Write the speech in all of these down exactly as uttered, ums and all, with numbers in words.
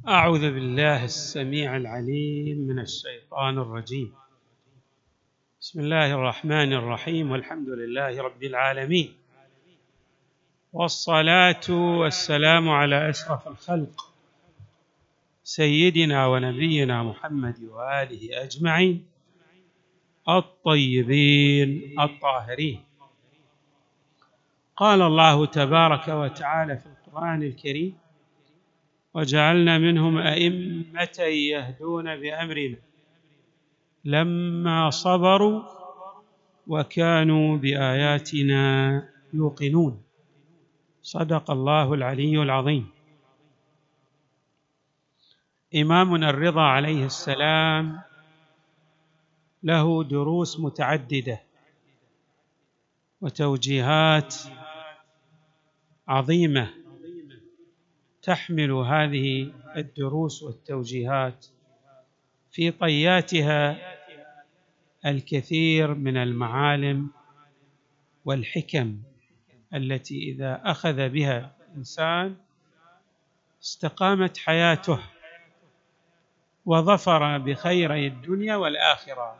أعوذ بالله السميع العليم من الشيطان الرجيم. بسم الله الرحمن الرحيم، والحمد لله رب العالمين، والصلاة والسلام على أشرف الخلق سيدنا ونبينا محمد وآله أجمعين الطيبين الطاهرين. قال الله تبارك وتعالى في القرآن الكريم: وجعلنا منهم أئمة يهدون بأمرنا لما صبروا وكانوا بآياتنا يوقنون. صدق الله العلي العظيم. إمامنا الرضا عليه السلام له دروس متعددة وتوجيهات عظيمة تحمل هذه الدروس والتوجيهات في طياتها الكثير من المعالم والحكم التي إذا أخذ بها الإنسان استقامت حياته وظفر بخيري الدنيا والآخرة.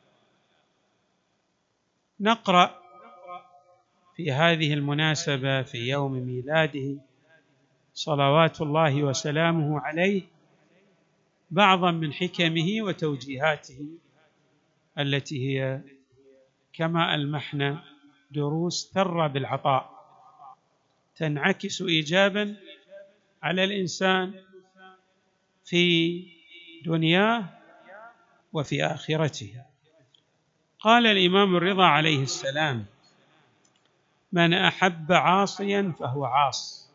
نقرأ في هذه المناسبة في يوم ميلاده صلوات الله وسلامه عليه بعضا من حكمه وتوجيهاته التي هي كما ألمحنا دروس ثرة بالعطاء تنعكس إيجابا على الإنسان في دنياه وفي آخرته. قال الإمام الرضا عليه السلام: من أحب عاصيا فهو عاص،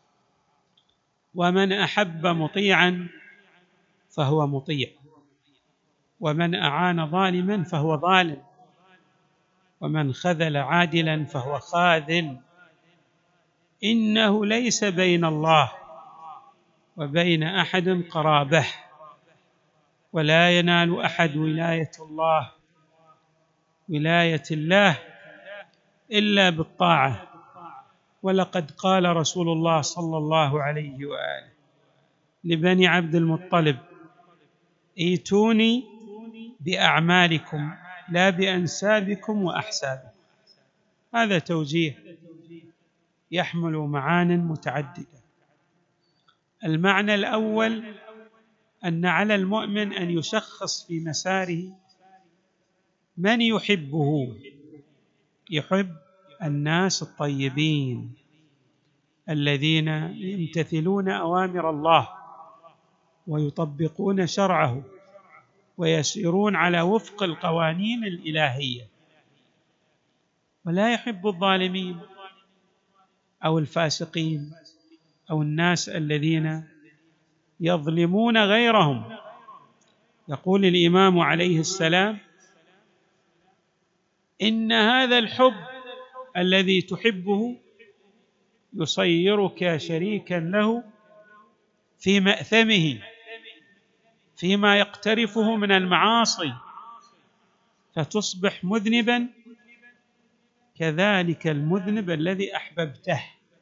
ومن أحب مطيعا فهو مطيع، ومن أعان ظالما فهو ظالم، ومن خذل عادلا فهو خاذل. إنه ليس بين الله وبين أحد قرابة، ولا ينال أحد ولاية الله ولاية الله إلا بالطاعة. ولقد قال رسول الله صلى الله عليه وآله لبني عبد المطلب: ائتوني بأعمالكم لا بأنسابكم وأحسابكم. هذا توجيه يحمل معان متعددة. المعنى الأول أن على المؤمن أن يشخص في مساره من يحبه، يحب الناس الطيبين الذين يمتثلون أوامر الله ويطبقون شرعه ويسيرون على وفق القوانين الإلهية، ولا يحب الظالمين أو الفاسقين أو الناس الذين يظلمون غيرهم. يقول الإمام عليه السلام: إن هذا الحب الذي تحبه يصيرك شريكا له في مأثمه، فيما يقترفه من المعاصي، فتصبح مذنبا كذلك المذنب الذي أحببته.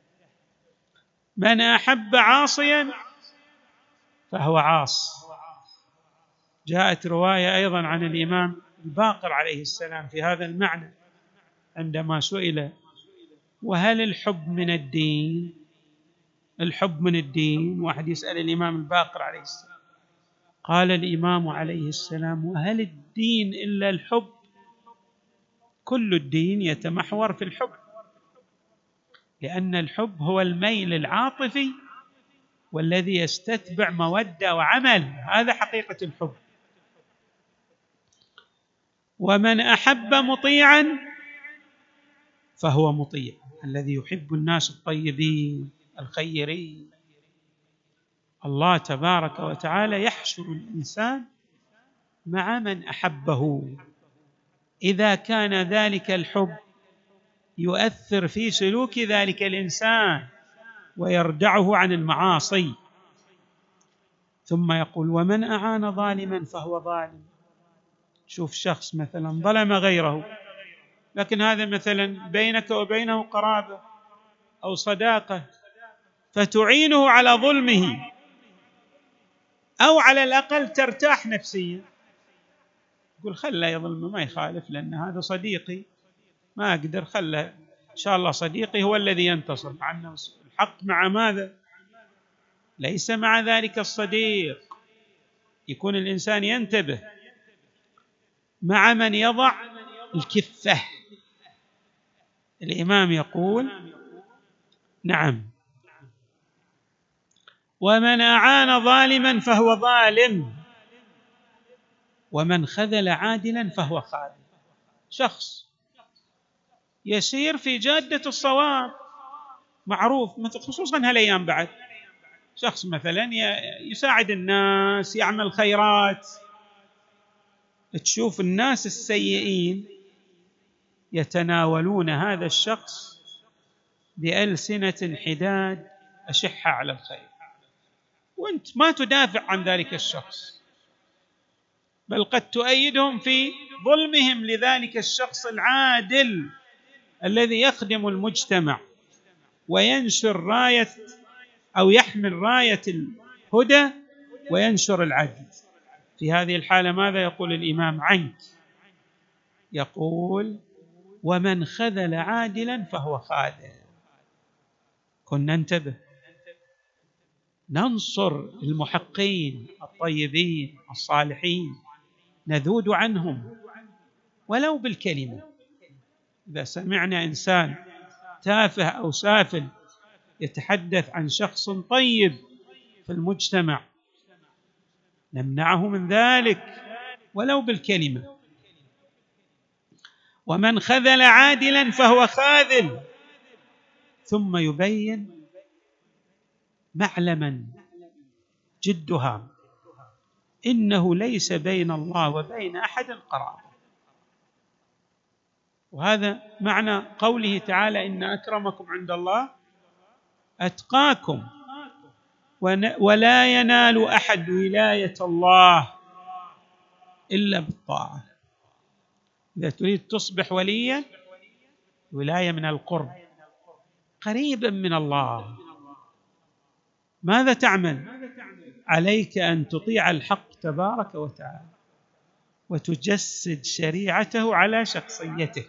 من أحب عاصيا فهو عاص. جاءت رواية أيضا عن الإمام الباقر عليه السلام في هذا المعنى عندما سئل: وهل الحب من الدين؟ الحب من الدين، واحد يسأل الإمام الباقر عليه السلام. قال الإمام عليه السلام: وهل الدين إلا الحب؟ كل الدين يتمحور في الحب، لأن الحب هو الميل العاطفي والذي يستتبع مودة وعمل. هذا حقيقة الحب. ومن أحب مطيعا فهو مطيع، الذي يحب الناس الطيبين الخيرين. الله تبارك وتعالى يحشر الإنسان مع من أحبه إذا كان ذلك الحب يؤثر في سلوك ذلك الإنسان ويردعه عن المعاصي. ثم يقول: ومن أعان ظالما فهو ظالم. شوف شخص مثلا ظلم غيره، لكن هذا مثلا بينك وبينه قرابة أو صداقة، فتعينه على ظلمه أو على الأقل ترتاح نفسيا، يقول خله يظلم ما يخالف، لأن هذا صديقي ما أقدر، خله إن شاء الله صديقي هو الذي ينتصر، مع أنه الحق مع ماذا؟ ليس مع ذلك الصديق. يكون الإنسان ينتبه مع من يضع الكفة. الإمام يقول نعم: ومن أعان ظالما فهو ظالم، ومن خذل عادلا فهو خاذل. شخص يسير في جادة الصواب معروف، مثل خصوصا هالأيام بعد، شخص مثلا يساعد الناس، يعمل خيرات، تشوف الناس السيئين يتناولون هذا الشخص بألسنة حداد أشحة على الخير، وأنت ما تدافع عن ذلك الشخص، بل قد تؤيدهم في ظلمهم لذلك الشخص العادل الذي يخدم المجتمع وينشر راية أو يحمل راية الهدى وينشر العدل. في هذه الحالة ماذا يقول الإمام عنك؟ يقول: ومن خذل عادلا فهو خاذل. كنا ننتبه، ننصر المحقين الطيبين الصالحين، نذود عنهم ولو بالكلمة. إذا سمعنا إنسان تافه أو سافل يتحدث عن شخص طيب في المجتمع نمنعه من ذلك ولو بالكلمة. ومن خذل عادلا فهو خاذل. ثم يبين معلما جد هام: إنه ليس بين الله وبين أحد قرابة. وهذا معنى قوله تعالى: إن أكرمكم عند الله أتقاكم، ولا ينال أحد ولاية الله إلا بالطاعة. إذا تريد تصبح وليا، ولاية من القرب، قريبا من الله، ماذا تعمل؟ عليك أن تطيع الحق تبارك وتعالى وتجسد شريعته على شخصيتك.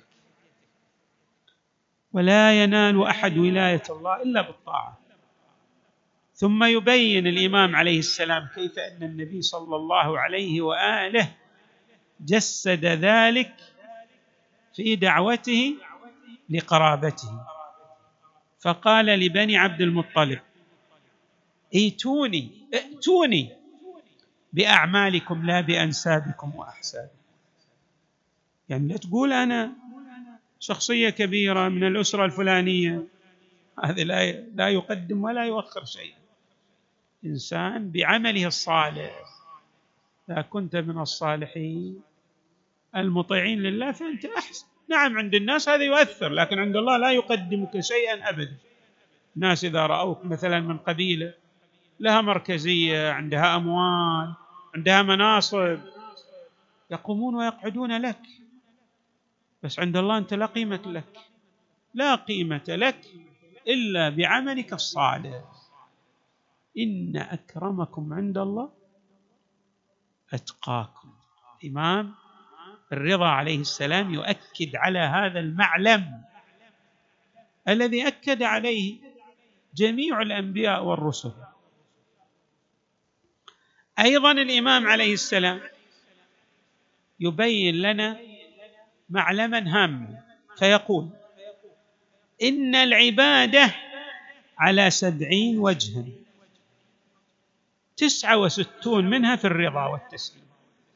ولا ينال أحد ولاية الله إلا بالطاعة. ثم يبين الإمام عليه السلام كيف أن النبي صلى الله عليه وآله جسد ذلك في دعوته لقرابته، فقال لبني عبد المطلب: ائتوني ائتوني بأعمالكم لا بأنسابكم وأحسابكم. يعني لا تقول أنا شخصية كبيرة من الأسرة الفلانية، هذا لا لا يقدم ولا يؤخر شيئا. إنسان بعمله الصالح، إذا كنت من الصالحين المطيعين لله فأنت أحسن. نعم عند الناس هذا يؤثر، لكن عند الله لا يقدمك شيئا أبدا. الناس إذا رأوك مثلا من قبيلة لها مركزية، عندها أموال، عندها مناصب، يقومون ويقعدون لك، بس عند الله أنت لا قيمة لك، لا قيمة لك إلا بعملك الصالح. إن أكرمكم عند الله أتقاكم. الإمام الرضا عليه السلام يؤكد على هذا المعلم الذي أكد عليه جميع الأنبياء والرسل. أيضا الإمام عليه السلام يبين لنا معلما هاما فيقول: إن العبادة على سبعين وجها، تسعة وستون منها في الرضا والتسليم.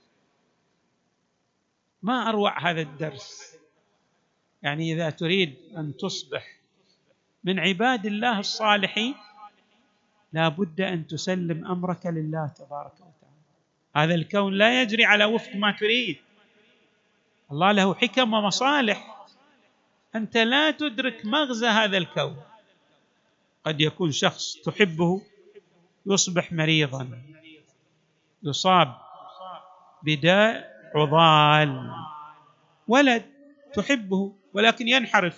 ما أروع هذا الدرس. يعني إذا تريد أن تصبح من عباد الله الصالحين لا بد أن تسلم أمرك لله تبارك وتعالى. هذا الكون لا يجري على وفق ما تريد، الله له حكم ومصالح، أنت لا تدرك مغزى هذا الكون. قد يكون شخص تحبه يصبح مريضا، يصاب بداء عضال. ولد تحبه ولكن ينحرف،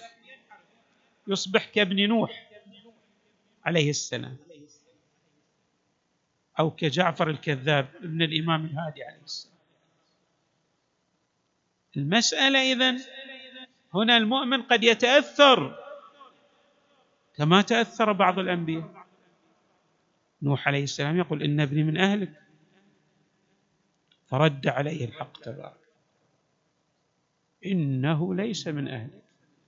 يصبح كابن نوح عليه السلام. أو كجعفر الكذاب ابن الإمام الهادي عليه السلام. المسألة إذن هنا المؤمن قد يتأثر كما تأثر بعض الأنبياء. نوح عليه السلام يقول إن ابني من أهلك، فرد عليه الحق تبارك إنه ليس من أهلك.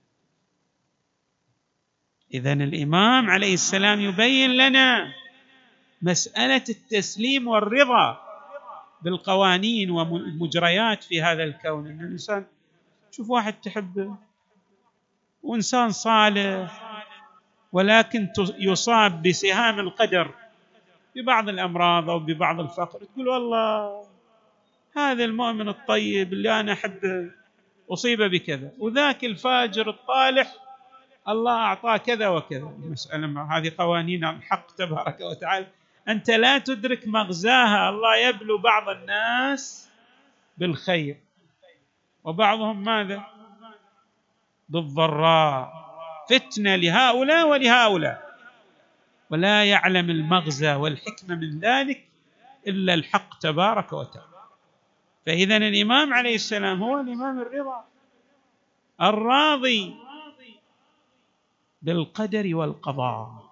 إذن الإمام عليه السلام يبين لنا مسألة التسليم والرضا بالقوانين والمجريات في هذا الكون. إن الإنسان شوف واحد تحبه وإنسان صالح ولكن يصاب بسهام القدر ببعض الأمراض أو ببعض الفقر، تقول والله هذا المؤمن الطيب اللي أنا أحبه أصيب بكذا، وذاك الفاجر الطالح الله أعطاه كذا وكذا. المسألة هذه قوانين الحق تبارك وتعالى، أنت لا تدرك مغزاها. الله يبلو بعض الناس بالخير وبعضهم ماذا؟ بالضراء، فتنة لهؤلاء ولهؤلاء، ولا يعلم المغزى والحكمة من ذلك إلا الحق تبارك وتعالى. فإذن الإمام عليه السلام هو الإمام الرضا الراضي بالقدر والقضاء،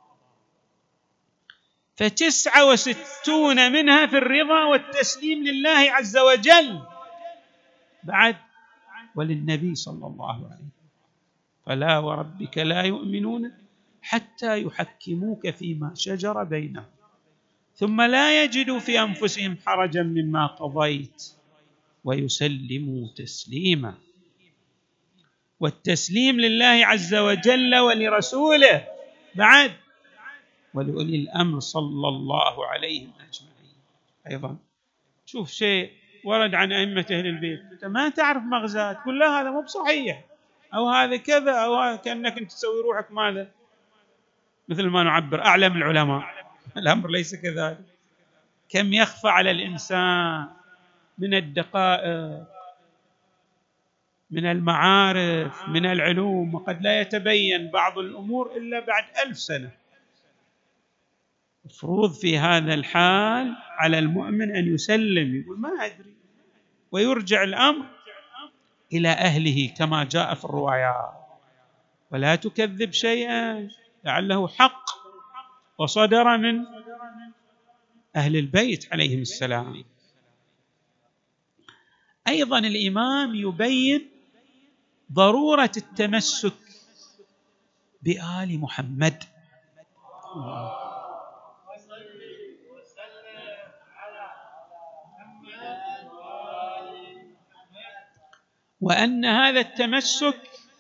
فتسعة وستون منها في الرضا والتسليم لله عز وجل بعد وللنبي صلى الله عليه وسلم. فلا وربك لا يؤمنون حتى يحكموك فيما شجر بينهم ثم لا يجدوا في أنفسهم حرجا مما قضيت ويسلموا تسليما. والتسليم لله عز وجل ولرسوله بعد ولأولي الأمر صلى الله عليهم أجمعين. أيضا شوف شيء ورد عن أئمة أهل البيت أنت ما تعرف مغزاه، تقول لا هذا مو بصحيح أو هذا كذا أو هذا، كأنك أنت تسوي روحك ماذا؟ مثل ما نعبر أعلم العلماء. الأمر ليس كذلك. كم يخفى على الإنسان من الدقائق، من المعارف، من العلوم، وقد لا يتبين بعض الأمور إلا بعد ألف سنة. مفروض في هذا الحال على المؤمن أن يسلم، يقول ما أدري، ويرجع الأمر إلى أهله كما جاء في الروايات، ولا تكذب شيئا لعله حق وصدر من أهل البيت عليهم السلام. أيضا الإمام يبين ضرورة التمسك بآل محمد وأن هذا التمسك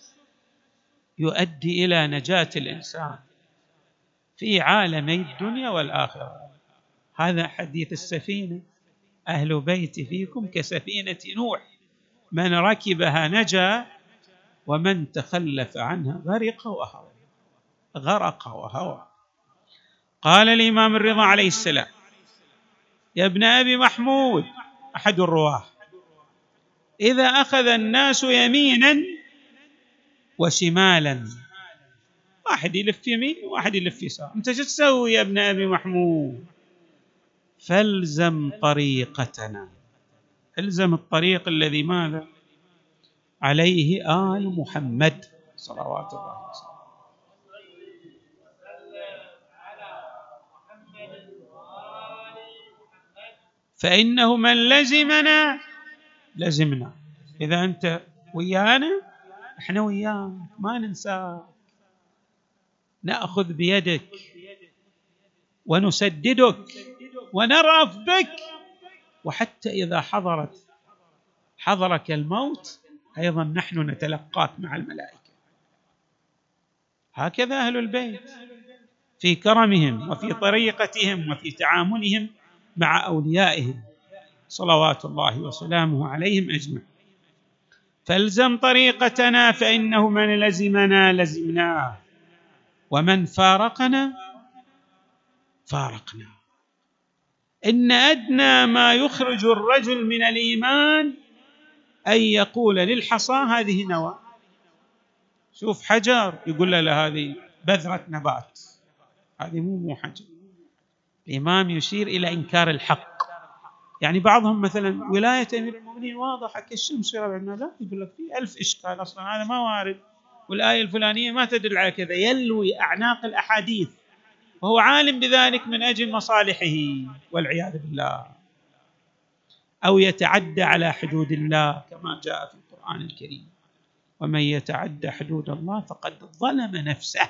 يؤدي إلى نجاة الإنسان في عالمي الدنيا والآخرة. هذا حديث السفينة، أهل بيتي فيكم كسفينة نوح، من ركبها نجا ومن تخلف عنها غرق وهوى غرق وهوى. قال الإمام الرضا عليه السلام يا ابن أبي محمود أحد الرواه إذا أخذ الناس يمينا وشمالا، واحد يلف يمين وواحد يلف يسار، أنت شو تسوي يا ابن أبي محمود؟ فالزم طريقتنا، الزم الطريق الذي ماذا عليه آل محمد صلوات الله وسلامه. فإنه من لزمنا لزمنا. إذا أنت ويانا احنا وياك، ما ننساك، نأخذ بيدك ونسددك ونرأف بك، وحتى إذا حضرت حضرك الموت أيضا نحن نتلقاك مع الملائكة. هكذا أهل البيت في كرمهم وفي طريقتهم وفي تعاملهم مع أوليائهم صلوات الله وسلامه عليهم أجمعين. فالزم طريقتنا فإنه من لزمنا لزمناه ومن فارقنا فارقنا. إن أدنى ما يخرج الرجل من الإيمان أن يقول للحصى هذه نواة. شوف حجر يقول له هذه بذرة نبات، هذه مو مو حجر، الإمام يشير إلى إنكار الحق. يعني بعضهم مثلا ولاية أمير المؤمنين واضحة كالشمس، لا يقول لك في ألف إشكال، أصلا هذا ما وارد، والآية الفلانية ما تدل على كذا، يلوي أعناق الأحاديث وهو عالم بذلك من أجل مصالحه والعياذ بالله، أو يتعدى على حدود الله كما جاء في القرآن الكريم: ومن يتعدى حدود الله فقد ظلم نفسه.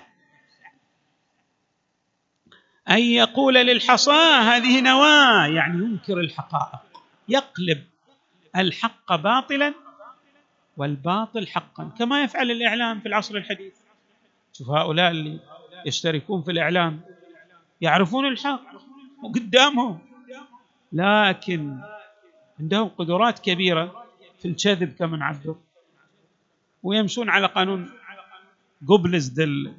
أن يقول للحصى هذه نواة، يعني ينكر الحقائق، يقلب الحق باطلا والباطل حقا، كما يفعل الإعلام في العصر الحديث. شوف هؤلاء اللي يشتركون في الإعلام يعرفون الحق وقدامهم، لكن عندهم قدرات كبيرة في الكذب كما نعبر، ويمشون على قانون جوبلز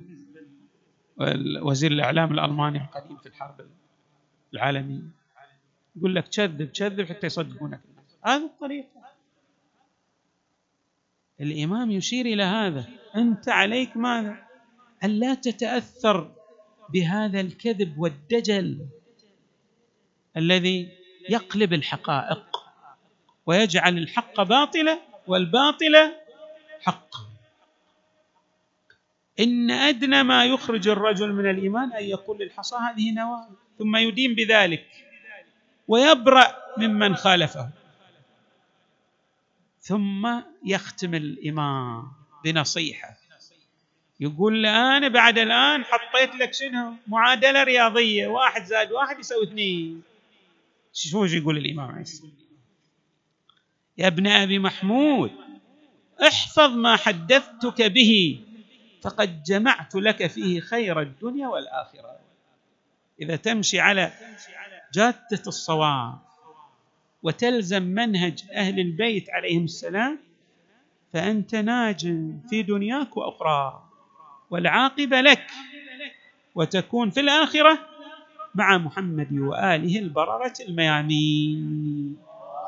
وزير الإعلام الألماني القديم في الحرب العالمية، يقول لك كذب كذب حتى يصدقونك. هذه الطريقة. الإمام يشير إلى هذا: أنت عليك ماذا؟ ألا تتأثر بهذا الكذب والدجل الذي يقلب الحقائق ويجعل الحق باطلا والباطل حقا. إن أدنى ما يخرج الرجل من الإيمان أن يقول للحصى هذه نواة، ثم يدين بذلك ويبرأ ممن خالفه. ثم يختم الإمام بنصيحة، يقول له: أنا بعد الآن حطيت لك شنو؟ معادلة رياضية، واحد زائد واحد يساوي اثنين. شو يقول الإمام عليه السلام؟ يا ابن أبي محمود، احفظ ما حدثتك به فقد جمعت لك فيه خير الدنيا والآخرة. إذا تمشي على جادة الصواب وتلزم منهج أهل البيت عليهم السلام فأنت ناج في دنياك وأخرى، والعاقبة لك، وتكون في الآخرة مع محمد وآله البررة الميامين.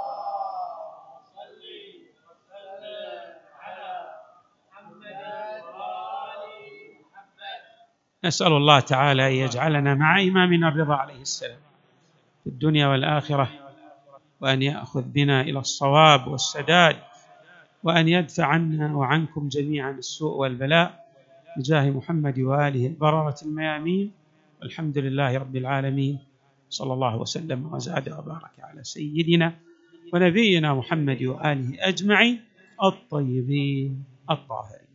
نسأل الله تعالى أن يجعلنا مع إمامنا الرضا عليه السلام في الدنيا والآخرة، وأن يأخذ بنا إلى الصواب والسداد، وأن يدفع عنا وعنكم جميعا السوء والبلاء بجاه محمد وآله البررة الميامين. والحمد لله رب العالمين، صلى الله وسلم وزاد وبارك على سيدنا ونبينا محمد وآله أجمعين الطيبين الطاهرين.